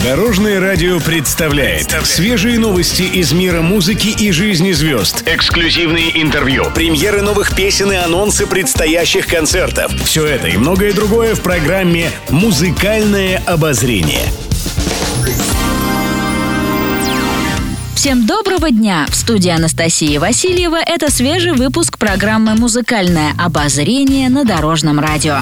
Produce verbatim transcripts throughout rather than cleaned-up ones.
Дорожное радио представляет свежие новости из мира музыки и жизни звезд. Эксклюзивные интервью, премьеры новых песен и анонсы предстоящих концертов. Все это и многое другое в программе «Музыкальное обозрение». Всем доброго дня! В студии Анастасия Васильева. Это свежий выпуск программы «Музыкальное обозрение» на Дорожном радио.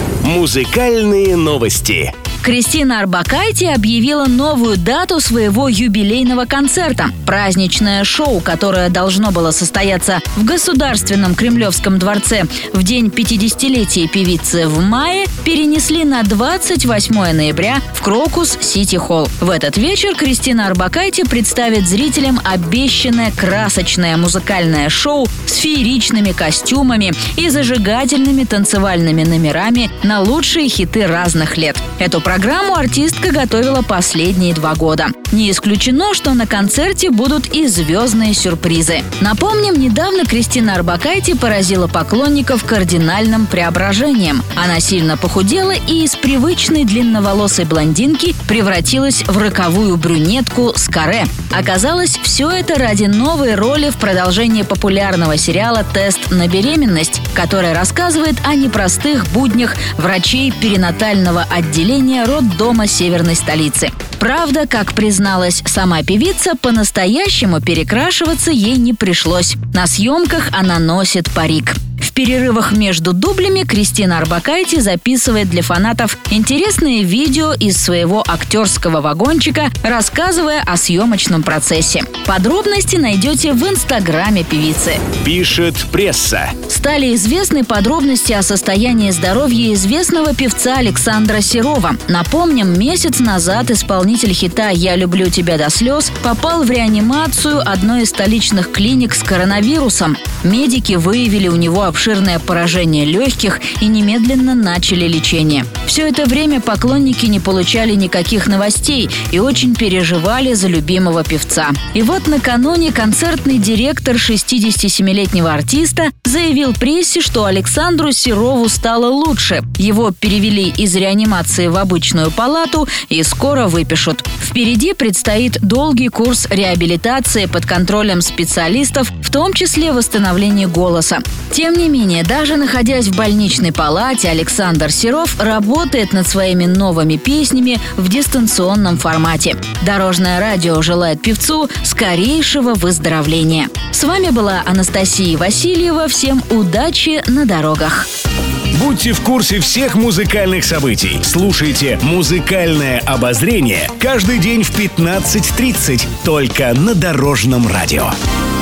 Музыкальные новости. Кристина Орбакайте объявила новую дату своего юбилейного концерта. Праздничное шоу, которое должно было состояться в Государственном Кремлевском дворце в день пятидесятилетия певицы в мае, перенесли на двадцать восьмое ноября в Крокус Сити Холл. В этот вечер Кристина Орбакайте представит зрителям обещанное красочное музыкальное шоу с фееричными костюмами и зажигательными танцевальными номерами на лучшие хиты разных лет. Эту программу артистка готовила последние два года. Не исключено, что на концерте будут и звездные сюрпризы. Напомним, недавно Кристина Орбакайте поразила поклонников кардинальным преображением. Она сильно похудела и из привычной длинноволосой блондинки превратилась в роковую брюнетку с каре. Оказалось, все это ради новой роли в продолжении популярного сериала «Тест на беременность», который рассказывает о непростых буднях врачей перинатального отделения роддома северной столицы. Правда, как призналась сама певица, по-настоящему перекрашиваться ей не пришлось. На съемках она носит парик. В перерывах между дублями Кристина Орбакайте записывает для фанатов интересные видео из своего актерского вагончика, рассказывая о съемочном процессе. Подробности найдете в инстаграме певицы. Пишет пресса. Стали известны подробности о состоянии здоровья известного певца Александра Серова. Напомним, месяц назад исполнитель хита «Я люблю тебя до слез» попал в реанимацию одной из столичных клиник с коронавирусом. Медики выявили у него обширное поражение легких и немедленно начали лечение. Все это время поклонники не получали никаких новостей и очень переживали за любимого певца. И вот накануне концертный директор шестидесятисемилетнего артиста заявил прессе, что Александру Серову стало лучше. Его перевели из реанимации в обычную палату и скоро выпишут. Впереди предстоит долгий курс реабилитации под контролем специалистов, в том числе восстановление голоса. Тем не менее, даже находясь в больничной палате, Александр Серов работает над своими новыми песнями в дистанционном формате. Дорожное радио желает певцу скорейшего выздоровления. С вами была Анастасия Васильева. Всем удачи на дорогах. Будьте в курсе всех музыкальных событий. Слушайте «Музыкальное обозрение» каждый день в пятнадцать тридцать только на Дорожном радио.